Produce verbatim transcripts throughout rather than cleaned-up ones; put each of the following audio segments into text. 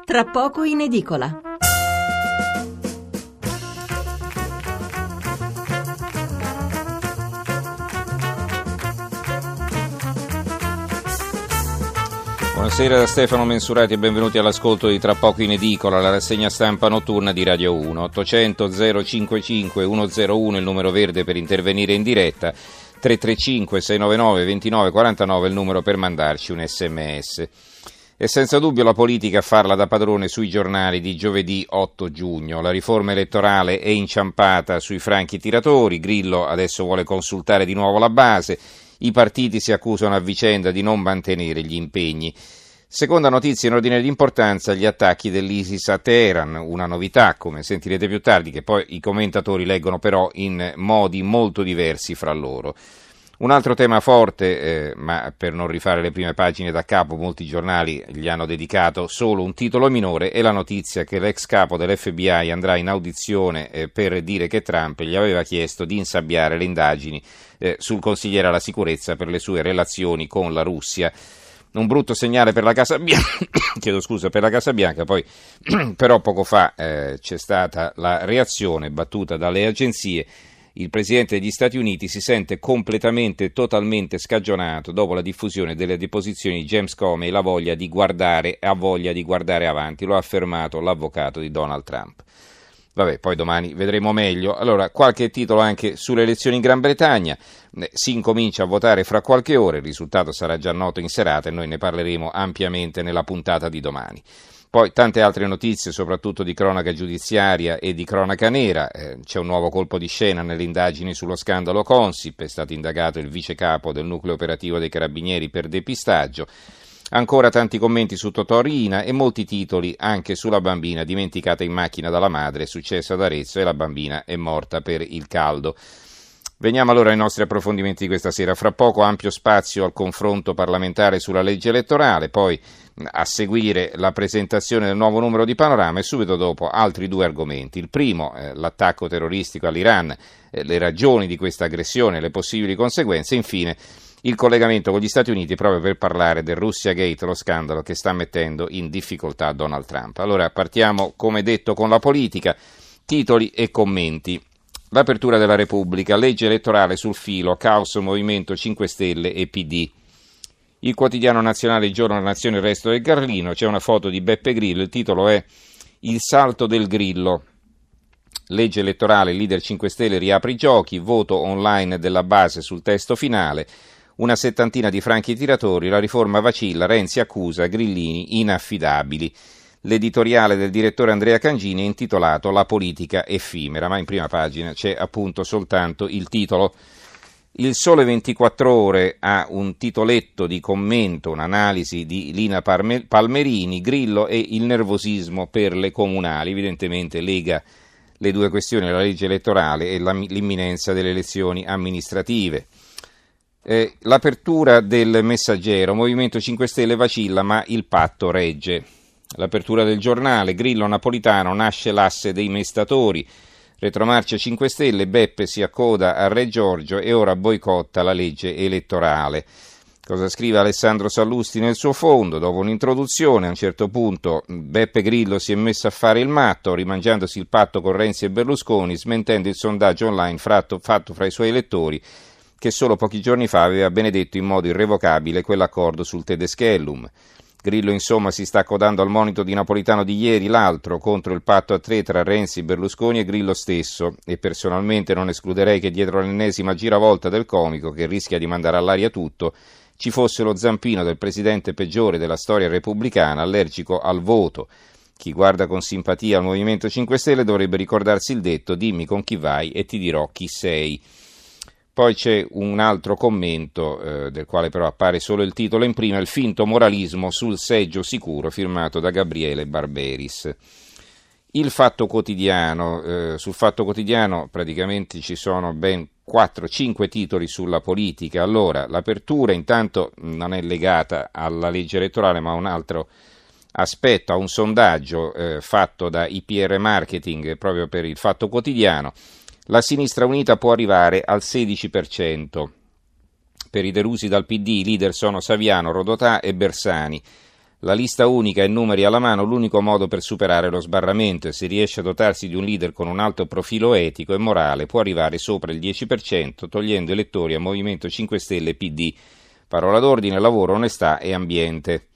tra poco in edicola. Buonasera da Stefano Mensurati e benvenuti all'ascolto di Tra poco in edicola, la rassegna stampa notturna di Radio uno. ottocento zero cinquantacinque centouno il numero verde per intervenire in diretta, tre tre cinque sei nove nove due nove quattro nove il numero per mandarci un sms. E senza dubbio la politica a farla da padrone sui giornali di giovedì otto giugno. La riforma elettorale è inciampata sui franchi tiratori, Grillo adesso vuole consultare di nuovo la base, i partiti si accusano a vicenda di non mantenere gli impegni. Seconda notizia in ordine di importanza, gli attacchi dell'ISIS a Teheran, una novità, come sentirete più tardi, che poi i commentatori leggono però in modi molto diversi fra loro. Un altro tema forte, eh, ma per non rifare le prime pagine da capo, molti giornali gli hanno dedicato solo un titolo minore, è la notizia che l'ex capo dell'F B I andrà in audizione eh, per dire che Trump gli aveva chiesto di insabbiare le indagini eh, sul consigliere alla sicurezza per le sue relazioni con la Russia. Un brutto segnale per la Casa Bianca, chiedo scusa, per la Casa Bianca, poi però poco fa eh, c'è stata la reazione battuta dalle agenzie. Il Presidente degli Stati Uniti si sente completamente, totalmente scagionato dopo la diffusione delle deposizioni di James Comey e la voglia di guardare, ha voglia di guardare avanti, lo ha affermato l'avvocato di Donald Trump. Vabbè, poi domani vedremo meglio. Allora, qualche titolo anche sulle elezioni in Gran Bretagna. Si incomincia a votare fra qualche ora, il risultato sarà già noto in serata e noi ne parleremo ampiamente nella puntata di domani. Poi tante altre notizie, soprattutto di cronaca giudiziaria e di cronaca nera. Eh, c'è un nuovo colpo di scena nelle indagini sullo scandalo Consip, è stato indagato il vice capo del nucleo operativo dei carabinieri per depistaggio. Ancora tanti commenti su Totò Riina e molti titoli anche sulla bambina dimenticata in macchina dalla madre, successo ad Arezzo, e la bambina è morta per il caldo. Veniamo allora ai nostri approfondimenti di questa sera. Fra poco ampio spazio al confronto parlamentare sulla legge elettorale, poi a seguire la presentazione del nuovo numero di Panorama e subito dopo altri due argomenti. Il primo, eh, l'attacco terroristico all'Iran, eh, le ragioni di questa aggressione, le possibili conseguenze, e infine il collegamento con gli Stati Uniti proprio per parlare del Russia Gate, lo scandalo che sta mettendo in difficoltà Donald Trump. Allora partiamo, come detto, con la politica, titoli e commenti. L'apertura della Repubblica, legge elettorale sul filo, caos Movimento cinque Stelle e P D. Il quotidiano nazionale Il Giorno della Nazione, il resto del Carlino, c'è una foto di Beppe Grillo, il titolo è Il salto del Grillo. Legge elettorale, il leader cinque Stelle riapre i giochi, voto online della base sul testo finale, una settantina di franchi tiratori, la riforma vacilla, Renzi accusa grillini inaffidabili. L'editoriale del direttore Andrea Cangini è intitolato La politica effimera, ma in prima pagina c'è appunto soltanto il titolo. Il Sole ventiquattro Ore ha un titoletto di commento, un'analisi di Lina Palmerini, Grillo e il nervosismo per le comunali, evidentemente lega le due questioni, la legge elettorale e la, l'imminenza delle elezioni amministrative. Eh, l'apertura del Messaggero, Movimento cinque Stelle vacilla ma il patto regge. L'apertura del Giornale, Grillo Napolitano, nasce l'asse dei mestatori, retromarcia cinque Stelle, Beppe si accoda a Re Giorgio e ora boicotta la legge elettorale. Cosa scrive Alessandro Sallusti nel suo fondo? Dopo un'introduzione, a un certo punto Beppe Grillo si è messo a fare il matto, rimangiandosi il patto con Renzi e Berlusconi, smentendo il sondaggio online fatto, fatto fra i suoi elettori, che solo pochi giorni fa aveva benedetto in modo irrevocabile quell'accordo sul Tedeschellum. Grillo insomma si sta accodando al monito di Napolitano di ieri, l'altro contro il patto a tre tra Renzi, Berlusconi e Grillo stesso, e personalmente non escluderei che dietro l'ennesima giravolta del comico, che rischia di mandare all'aria tutto, ci fosse lo zampino del presidente peggiore della storia repubblicana, allergico al voto. Chi guarda con simpatia al Movimento cinque Stelle dovrebbe ricordarsi il detto «dimmi con chi vai e ti dirò chi sei». Poi c'è un altro commento, eh, del quale però appare solo il titolo in prima, il finto moralismo sul seggio sicuro, firmato da Gabriele Barberis. Il Fatto Quotidiano, eh, sul Fatto Quotidiano praticamente ci sono ben quattro cinque titoli sulla politica. Allora, l'apertura intanto non è legata alla legge elettorale, ma a un altro aspetto, a un sondaggio eh, fatto da I P R Marketing proprio per il Fatto Quotidiano. La sinistra unita può arrivare al sedici per cento. Per i delusi dal P D i leader sono Saviano, Rodotà e Bersani. La lista unica e numeri alla mano l'unico modo per superare lo sbarramento e se riesce a dotarsi di un leader con un alto profilo etico e morale può arrivare sopra il dieci per cento togliendo elettori a Movimento cinque Stelle e P D. Parola d'ordine, lavoro, onestà e ambiente.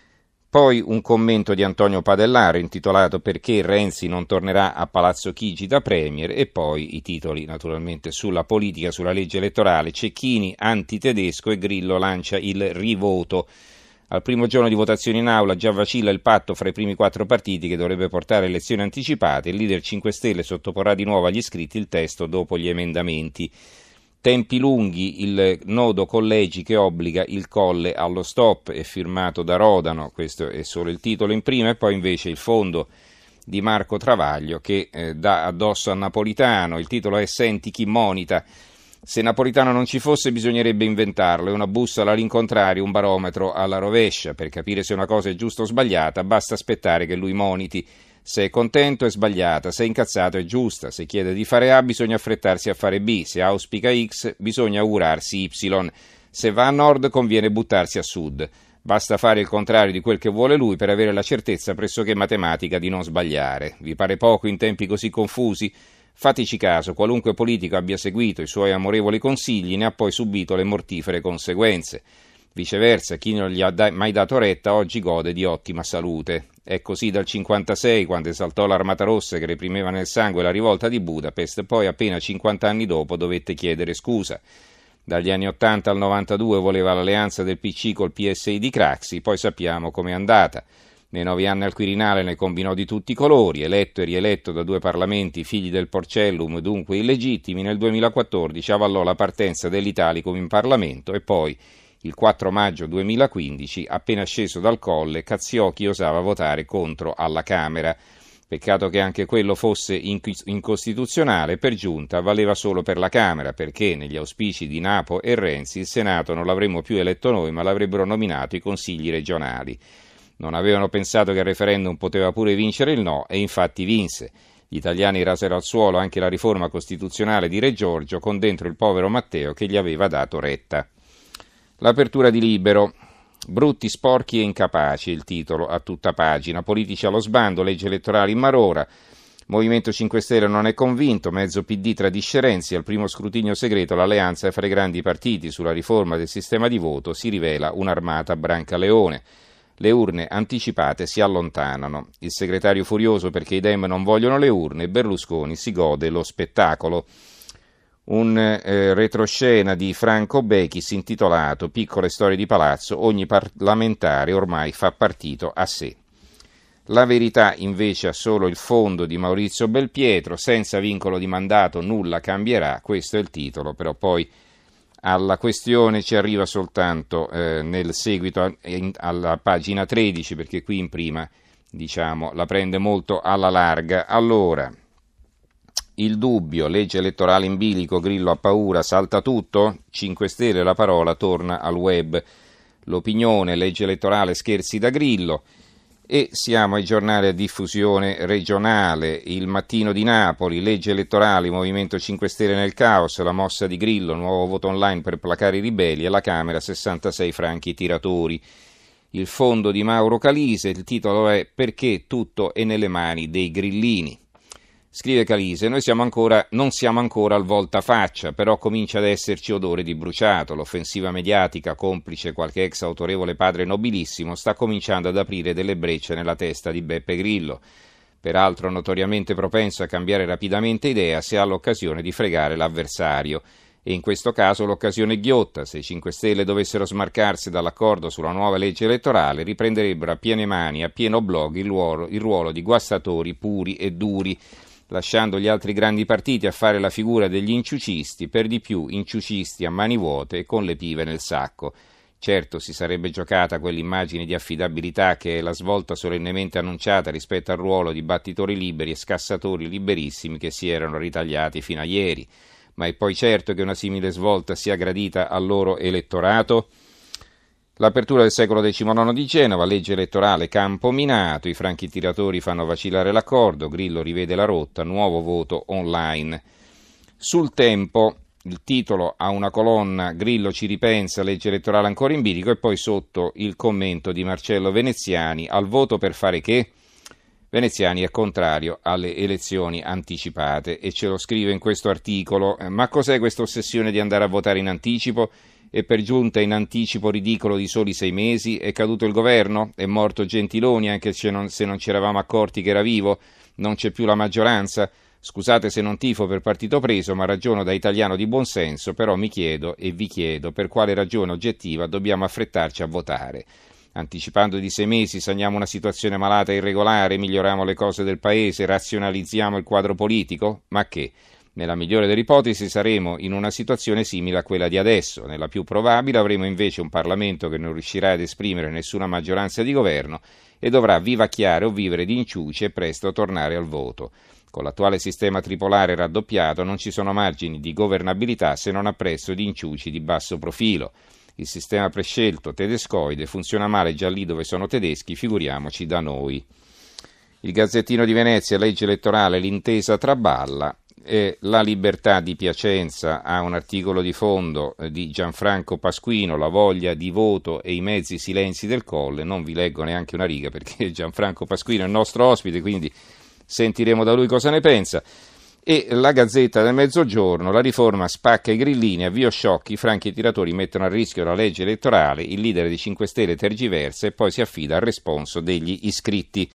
Poi un commento di Antonio Padellaro intitolato Perché Renzi non tornerà a Palazzo Chigi da Premier e poi i titoli naturalmente sulla politica, sulla legge elettorale. Cecchini antitedesco e Grillo lancia il rivoto. Al primo giorno di votazione in aula già vacilla il patto fra i primi quattro partiti che dovrebbe portare elezioni anticipate. Il leader cinque Stelle sottoporrà di nuovo agli iscritti il testo dopo gli emendamenti. Tempi lunghi, il nodo collegi che obbliga il Colle allo stop, è firmato da Rodano, questo è solo il titolo in prima, e poi invece il fondo di Marco Travaglio che eh, dà addosso a Napolitano, il titolo è Senti chi monita. Se Napolitano non ci fosse bisognerebbe inventarlo, è una bussola all'incontrario, un barometro alla rovescia, per capire se una cosa è giusta o sbagliata basta aspettare che lui moniti. Se è contento è sbagliata, se è incazzato è giusta, se chiede di fare A bisogna affrettarsi a fare B, se auspica X bisogna augurarsi Y, se va a nord conviene buttarsi a sud. Basta fare il contrario di quel che vuole lui per avere la certezza pressoché matematica di non sbagliare. Vi pare poco in tempi così confusi? Fateci caso, qualunque politico abbia seguito i suoi amorevoli consigli ne ha poi subito le mortifere conseguenze. Viceversa, chi non gli ha da- mai dato retta oggi gode di ottima salute. È così dal cinquantasei, quando esaltò l'Armata Rossa che reprimeva nel sangue la rivolta di Budapest, poi appena cinquanta anni dopo dovette chiedere scusa. Dagli anni ottanta al novantadue voleva l'alleanza del P C col P S I di Craxi, poi sappiamo com'è andata. Nei nove anni al Quirinale ne combinò di tutti i colori, eletto e rieletto da due parlamenti figli del Porcellum, dunque illegittimi, nel duemilaquattordici avallò la partenza dell'Italicum in Parlamento e poi, il quattro maggio duemilaquindici, appena sceso dal Colle, Cazziocchi osava votare contro alla Camera. Peccato che anche quello fosse incostituzionale, per giunta valeva solo per la Camera, perché negli auspici di Napo e Renzi il Senato non l'avremmo più eletto noi, ma l'avrebbero nominato i consigli regionali. Non avevano pensato che il referendum poteva pure vincere il no, e infatti vinse. Gli italiani rasero al suolo anche la riforma costituzionale di Re Giorgio, con dentro il povero Matteo che gli aveva dato retta. L'apertura di Libero. Brutti, sporchi e incapaci, il titolo a tutta pagina. Politici allo sbando, legge elettorale in marora. Movimento cinque Stelle non è convinto, mezzo P D tradisce Renzi, al primo scrutinio segreto l'alleanza fra i grandi partiti sulla riforma del sistema di voto si rivela un'armata Brancaleone. Le urne anticipate si allontanano. Il segretario furioso perché i Dem non vogliono le urne, Berlusconi si gode lo spettacolo. Un eh, retroscena di Franco Bechis intitolato Piccole storie di palazzo, ogni parlamentare ormai fa partito a sé. La Verità invece ha solo il fondo di Maurizio Belpietro, senza vincolo di mandato nulla cambierà, questo è il titolo, però poi alla questione ci arriva soltanto eh, nel seguito a, in, alla pagina tredici, perché qui in prima diciamo la prende molto alla larga. Allora, il dubbio, legge elettorale in bilico, Grillo ha paura, salta tutto? cinque Stelle la parola torna al web. L'opinione, legge elettorale, scherzi da Grillo. E siamo ai giornali a diffusione regionale. Il Mattino di Napoli, legge elettorale, Movimento cinque Stelle nel caos, la mossa di Grillo, nuovo voto online per placare i ribelli, e la Camera sessantasei franchi tiratori. Il fondo di Mauro Calise, il titolo è Perché tutto è nelle mani dei grillini. Scrive Calise, noi siamo ancora, non siamo ancora al voltafaccia, però comincia ad esserci odore di bruciato. L'offensiva mediatica, complice qualche ex autorevole padre nobilissimo, sta cominciando ad aprire delle brecce nella testa di Beppe Grillo. Peraltro notoriamente propenso a cambiare rapidamente idea se ha l'occasione di fregare l'avversario. E in questo caso l'occasione è ghiotta. Se i cinque Stelle dovessero smarcarsi dall'accordo sulla nuova legge elettorale, riprenderebbero a piene mani, a pieno blog, il ruolo, il ruolo di guastatori puri e duri, lasciando gli altri grandi partiti a fare la figura degli inciucisti, per di più inciucisti a mani vuote e con le pive nel sacco. Certo, si sarebbe giocata quell'immagine di affidabilità che è la svolta solennemente annunciata rispetto al ruolo di battitori liberi e scassatori liberissimi che si erano ritagliati fino a ieri. Ma è poi certo che una simile svolta sia gradita al loro elettorato? L'apertura del secolo diciannove di Genova, legge elettorale campo minato, i franchi tiratori fanno vacillare l'accordo, Grillo rivede la rotta, nuovo voto online. Sul Tempo, il titolo ha una colonna Grillo ci ripensa, legge elettorale ancora in bilico, e poi sotto il commento di Marcello Veneziani: al voto per fare che? Veneziani è contrario alle elezioni anticipate e ce lo scrive in questo articolo. Ma cos'è questa ossessione di andare a votare in anticipo? E per giunta in anticipo ridicolo di soli sei mesi? È caduto il governo? È morto Gentiloni anche se non, se non ci eravamo accorti che era vivo? Non c'è più la maggioranza? Scusate se non tifo per partito preso, ma ragiono da italiano di buon senso, però mi chiedo e vi chiedo per quale ragione oggettiva dobbiamo affrettarci a votare. Anticipando di sei mesi saniamo una situazione malata e irregolare, miglioriamo le cose del paese, razionalizziamo il quadro politico? Ma che? Nella migliore delle ipotesi saremo in una situazione simile a quella di adesso, nella più probabile avremo invece un Parlamento che non riuscirà ad esprimere nessuna maggioranza di governo e dovrà vivacchiare o vivere di inciuci e presto tornare al voto. Con l'attuale sistema tripolare raddoppiato non ci sono margini di governabilità se non appresso di inciuci di basso profilo. Il sistema prescelto tedescoide funziona male già lì dove sono tedeschi, figuriamoci da noi. Il Gazzettino di Venezia, legge elettorale, l'intesa traballa. E La Libertà di Piacenza ha un articolo di fondo di Gianfranco Pasquino, la voglia di voto e i mezzi silenzi del Colle. Non vi leggo neanche una riga perché Gianfranco Pasquino è il nostro ospite, quindi sentiremo da lui cosa ne pensa. E la Gazzetta del Mezzogiorno: la riforma spacca i grillini, avvio sciocchi, franchi e tiratori mettono a rischio la legge elettorale, il leader dei cinque Stelle tergiversa e poi si affida al responso degli iscritti.